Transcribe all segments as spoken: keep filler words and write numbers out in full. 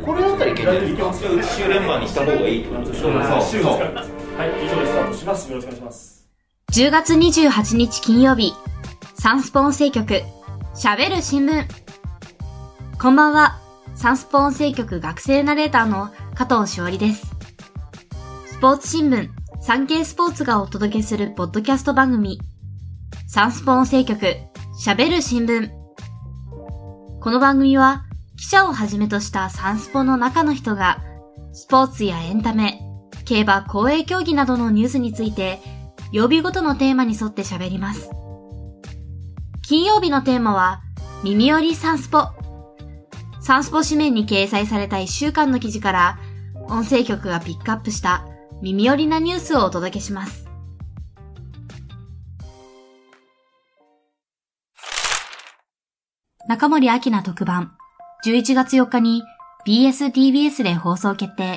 これだったらいけるんじゃないですか。宇宙連番にした方がいいってことでしょ。そうそうそう。 はい、以上でスタートします。よろしくお願いします。 じゅうがつにじゅうはちにち金曜日、サンスポ音声局喋る新聞。こんばんは、サンスポ音声局学生ナレーターの加藤しおりです。スポーツ新聞サンケイスポーツがお届けするポッドキャスト番組、サンスポ音声局喋る新聞。この番組は記者をはじめとしたサンスポの中の人がスポーツやエンタメ、競馬、公営競技などのニュースについて曜日ごとのテーマに沿って喋ります。金曜日のテーマは耳よりサンスポ。サンスポ紙面に掲載されたいっしゅうかんの記事から音声局がピックアップした耳寄りなニュースをお届けします。中森明菜特番、じゅういちがつよっかに ビーエスティービーエス で放送決定。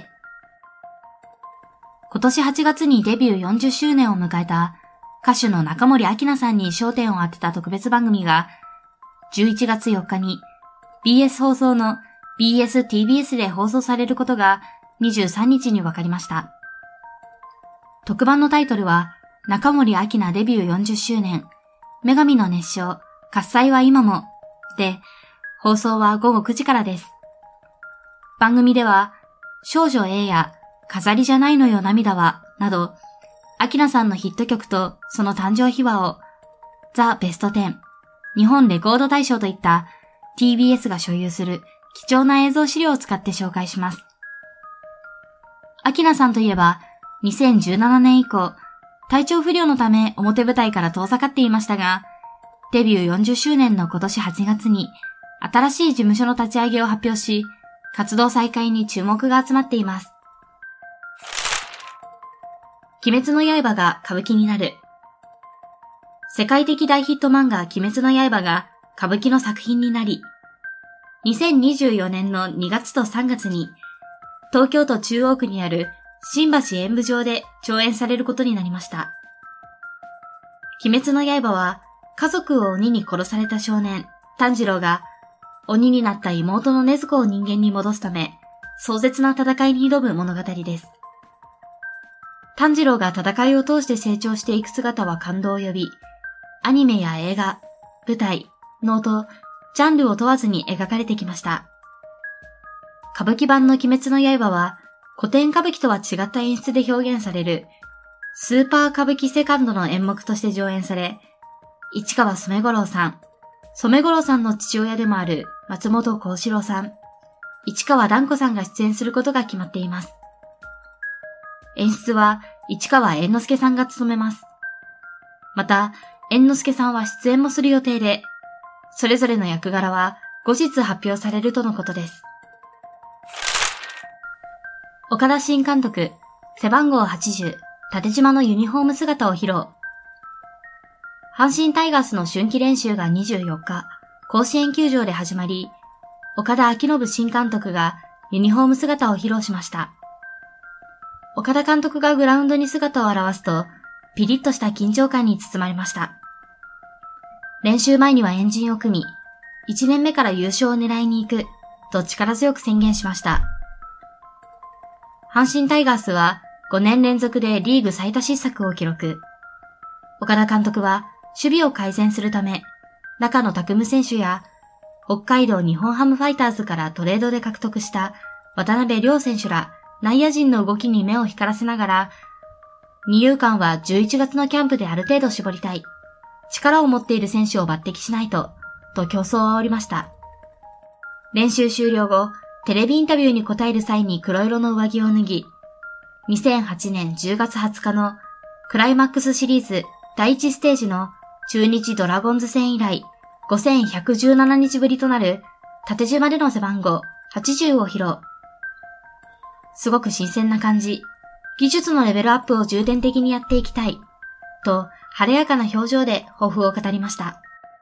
今年はちがつにデビューよんじゅっしゅうねんを迎えた歌手の中森明菜さんに焦点を当てた特別番組がじゅういちがつよっかに ビーエス 放送の ビーエスティービーエス で放送されることがにじゅうさんにちに分かりました。特番のタイトルは中森明菜デビューよんじゅっしゅうねん女神の熱唱喝采は今もで、放送はごごくじからです。番組では少女 A や飾りじゃないのよ涙はなど明菜さんのヒット曲とその誕生秘話をザ・ベストテン、日本レコード大賞といった ティービーエス が所有する貴重な映像資料を使って紹介します。明菜さんといえばにせんじゅうななねん以降、体調不良のため表舞台から遠ざかっていましたが、デビューよんじゅっしゅうねんの今年はちがつに新しい事務所の立ち上げを発表し、活動再開に注目が集まっています。鬼滅の刃が歌舞伎になる。世界的大ヒット漫画鬼滅の刃が歌舞伎の作品になり、にせんにじゅうよねんのにがつとさんがつに東京都中央区にある新橋演舞場で上演されることになりました。鬼滅の刃は家族を鬼に殺された少年炭治郎が鬼になった妹の禰豆子を人間に戻すため壮絶な戦いに挑む物語です。炭治郎が戦いを通して成長していく姿は感動を呼び、アニメや映画、舞台、能とジャンルを問わずに描かれてきました。歌舞伎版の鬼滅の刃は古典歌舞伎とは違った演出で表現されるスーパー歌舞伎セカンドの演目として上演され、市川染五郎さん、染五郎さんの父親でもある松本幸四郎さん、市川團子さんが出演することが決まっています。演出は市川猿之助さんが務めます。また、猿之助さんは出演もする予定で、それぞれの役柄は後日発表されるとのことです。岡田新監督、背番号はちじゅう、縦縞のユニフォーム姿を披露。阪神タイガースの春季練習がにじゅうよっか、甲子園球場で始まり、岡田彰信新監督がユニフォーム姿を披露しました。岡田監督がグラウンドに姿を現すと、ピリッとした緊張感に包まれました。練習前には円陣を組み、いちねんめから優勝を狙いに行く、と力強く宣言しました。阪神タイガースはごねんれんぞくでリーグ最多失策を記録。岡田監督は守備を改善するため、中野拓夢選手や北海道日本ハムファイターズからトレードで獲得した渡辺亮選手ら内野陣の動きに目を光らせながら、二遊間はじゅういちがつのキャンプである程度絞りたい。力を持っている選手を抜擢しないと、と競争を煽りました。練習終了後、テレビインタビューに答える際に黒色の上着を脱ぎ、にせんはちねんじゅうがつはつかのクライマックスシリーズだいいちステージの中日ドラゴンズ戦以来ごせんひゃくじゅうななにちぶりとなる縦縞での背番号はちじゅうを披露。すごく新鮮な感じ。技術のレベルアップを重点的にやっていきたい。と晴れやかな表情で抱負を語りました。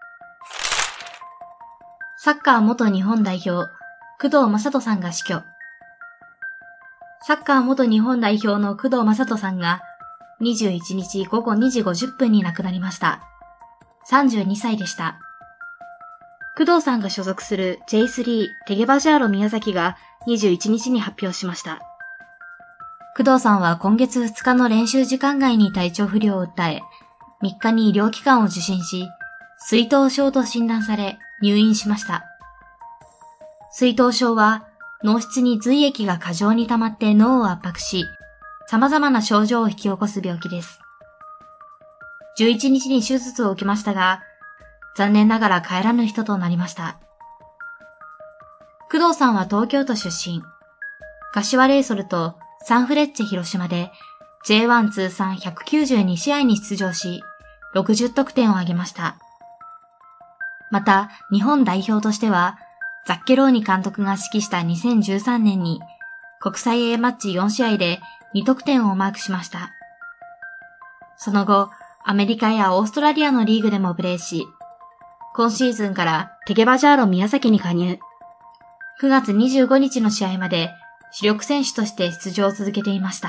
サッカー元日本代表、工藤正人さんが死去。サッカー元日本代表の工藤正人さんがにじゅういちにちごごにじごじゅっぷんに亡くなりました。さんじゅうにさいでした。 工藤さんが所属する ジェイスリー テゲバジャーロ宮崎がにじゅういちにちに発表しました。工藤さんは今月ふつかの練習時間外に体調不良を訴え、みっかに医療機関を受診し、水頭症と診断され入院しました。水頭症は脳室に髄液が過剰に溜まって脳を圧迫し、様々な症状を引き起こす病気です。じゅういちにちに手術を受けましたが、残念ながら帰らぬ人となりました。工藤さんは東京都出身。柏レイソルとサンフレッチェ広島で ジェイワン 通算ひゃくきゅうじゅうにしあいに出場し、ろくじゅってんを挙げました。また、日本代表としては、ザッケローニ監督が指揮したにせんじゅうさんねんに国際 A マッチよんしあいでにとくてんをマークしました。その後、アメリカやオーストラリアのリーグでもプレーし、今シーズンからテゲバジャーロ宮崎に加入。くがつにじゅうごにちの試合まで主力選手として出場を続けていました。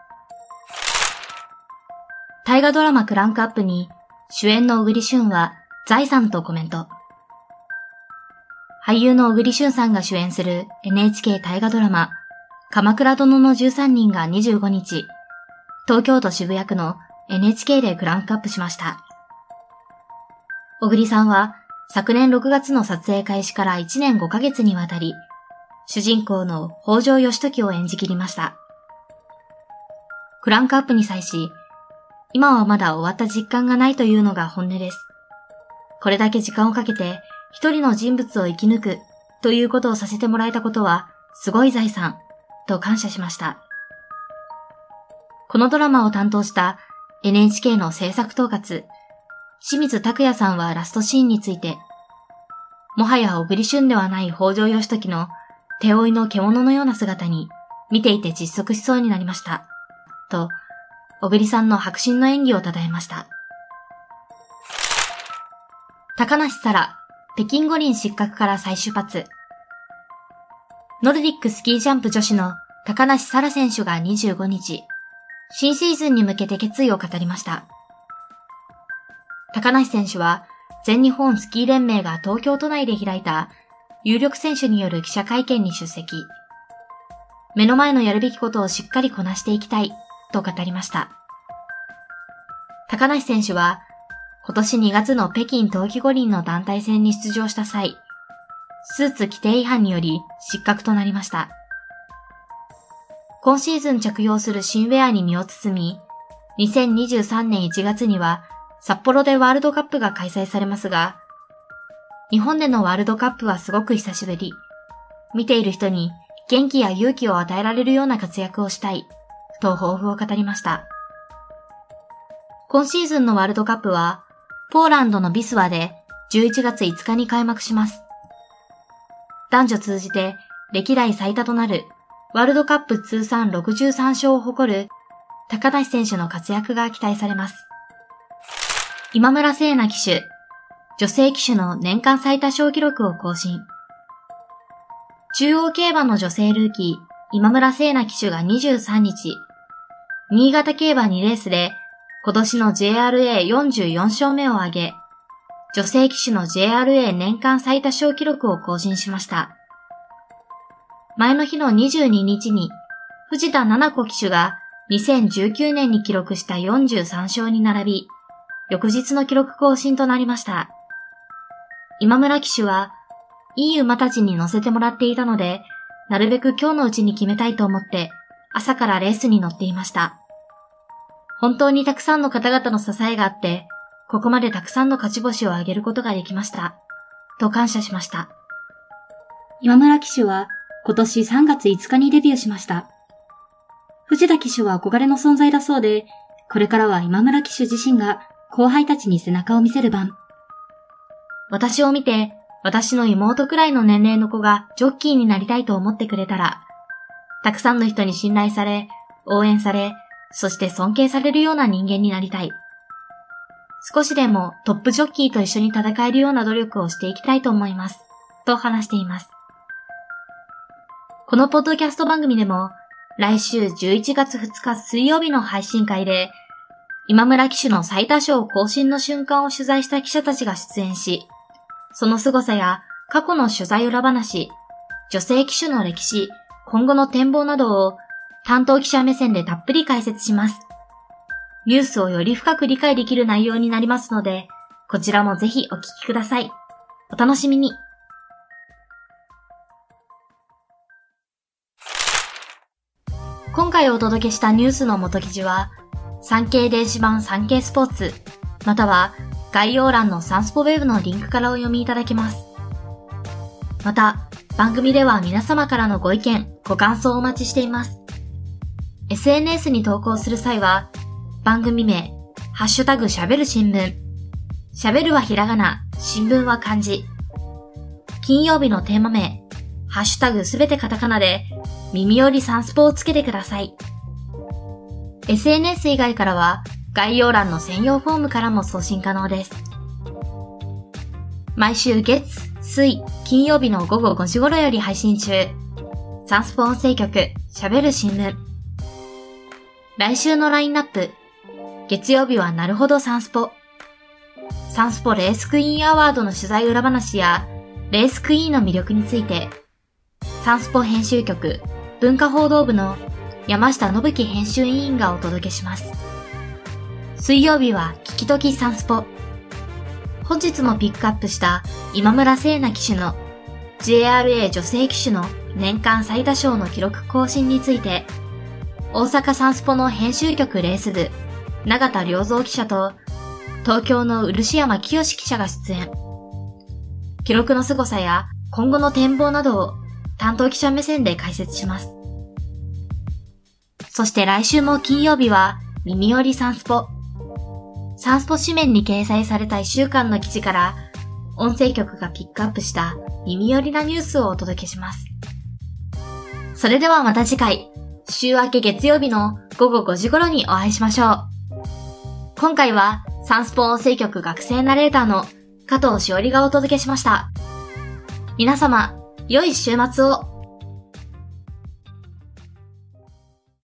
大河ドラマクランクアップに主演の小栗旬は財産とコメント。俳優の小栗旬さんが主演する エヌエイチケー 大河ドラマ鎌倉殿のじゅうさんにんがにじゅうごにち、東京都渋谷区の エヌエイチケー でクランクアップしました。小栗さんは昨年ろくがつの撮影開始からいちねんごかげつにわたり、主人公の北条義時を演じ切りました。クランクアップに際し、今はまだ終わった実感がないというのが本音です。これだけ時間をかけて一人の人物を生き抜くということをさせてもらえたことはすごい財産と感謝しました。このドラマを担当した エヌエイチケー の制作統括、清水拓也さんはラストシーンについて、もはや小栗旬ではない北条義時の手負いの獣のような姿に見ていて窒息しそうになりました。と、小栗さんの迫真の演技を称えました。高梨沙羅、北京五輪失格から再出発。ノルディックスキージャンプ女子の高梨沙羅選手がにじゅうごにち、新シーズンに向けて決意を語りました。高梨選手は全日本スキー連盟が東京都内で開いた有力選手による記者会見に出席。目の前のやるべきことをしっかりこなしていきたいと語りました。高梨選手は今年にがつの北京冬季五輪の団体戦に出場した際、スーツ規定違反により失格となりました。今シーズン着用する新ウェアに身を包み、にせんにじゅうさんねんいちがつには札幌でワールドカップが開催されますが、日本でのワールドカップはすごく久しぶり。見ている人に元気や勇気を与えられるような活躍をしたい、と抱負を語りました。今シーズンのワールドカップは、ポーランドのビスワでじゅういちがついつかに開幕します。男女通じて歴代最多となるワールドカップ通算ろくじゅうさんしょうを誇る高梨選手の活躍が期待されます。今村聖奈騎手、女性騎手の年間最多勝記録を更新。中央競馬の女性ルーキー、今村聖奈騎手がにじゅうさんにち、新潟競馬にレースで今年の ジェイアールエーよんじゅうよんしょうめを挙げ、女性騎手の ジェイアールエー 年間最多勝記録を更新しました。前の日のにじゅうににちに、藤田七子騎手がにせんじゅうきゅうねんに記録したよんじゅうさんしょうに並び、翌日の記録更新となりました。今村騎手は、いい馬たちに乗せてもらっていたので、なるべく今日のうちに決めたいと思って、朝からレースに乗っていました。本当にたくさんの方々の支えがあって、ここまでたくさんの勝ち星を挙げることができました。と感謝しました。今村騎手は、今年さんがついつかにデビューしました。藤田騎手は憧れの存在だそうで、これからは今村騎手自身が後輩たちに背中を見せる番。私を見て、私の妹くらいの年齢の子がジョッキーになりたいと思ってくれたら、たくさんの人に信頼され、応援され、そして尊敬されるような人間になりたい。少しでもトップジョッキーと一緒に戦えるような努力をしていきたいと思います。と話しています。このポッドキャスト番組でも、来週じゅういちがつふつか水曜日の配信会で、今村騎手の最多勝更新の瞬間を取材した記者たちが出演し、 その凄さや過去の取材裏話、女性騎手の歴史、今後の展望などを担当記者目線でたっぷり解説します。ニュースをより深く理解できる内容になりますので、こちらもぜひお聞きください。お楽しみに。今回お届けしたニュースの元記事は、産経電子版産経スポーツ、または概要欄のサンスポウェブのリンクからお読みいただけます。また、番組では皆様からのご意見、ご感想をお待ちしています。エスエヌエス に投稿する際は、番組名、ハッシュタグしゃべる新聞、しゃべるはひらがな、新聞は漢字、金曜日のテーマ名、ハッシュタグすべてカタカナで、耳よりサンスポをつけてください。エスエヌエス 以外からは、概要欄の専用フォームからも送信可能です。毎週月、水、金曜日の午後ごじ頃より配信中。サンスポ音声局、しゃべる新聞。来週のラインナップ。月曜日はなるほどサンスポ。サンスポレースクイーンアワードの取材裏話や、レースクイーンの魅力について、サンスポ編集局、文化報道部の山下信樹編集委員がお届けします。水曜日は聞きときサンスポ。本日もピックアップした今村聖奈騎手の ジェイアールエー 女性騎手の年間最多勝の記録更新について、大阪サンスポの編集局レース部、永田良三記者と東京の漆山清記者が出演。記録の凄さや今後の展望などを担当記者目線で解説します。そして来週も金曜日は耳よりサンスポ。サンスポ紙面に掲載されたいっしゅうかんの記事から音声局がピックアップした耳よりなニュースをお届けします。それではまた次回、週明け月曜日の午後ごじ頃にお会いしましょう。今回はサンスポ音声局学生ナレーターの加藤しおりがお届けしました。皆様、良い週末を。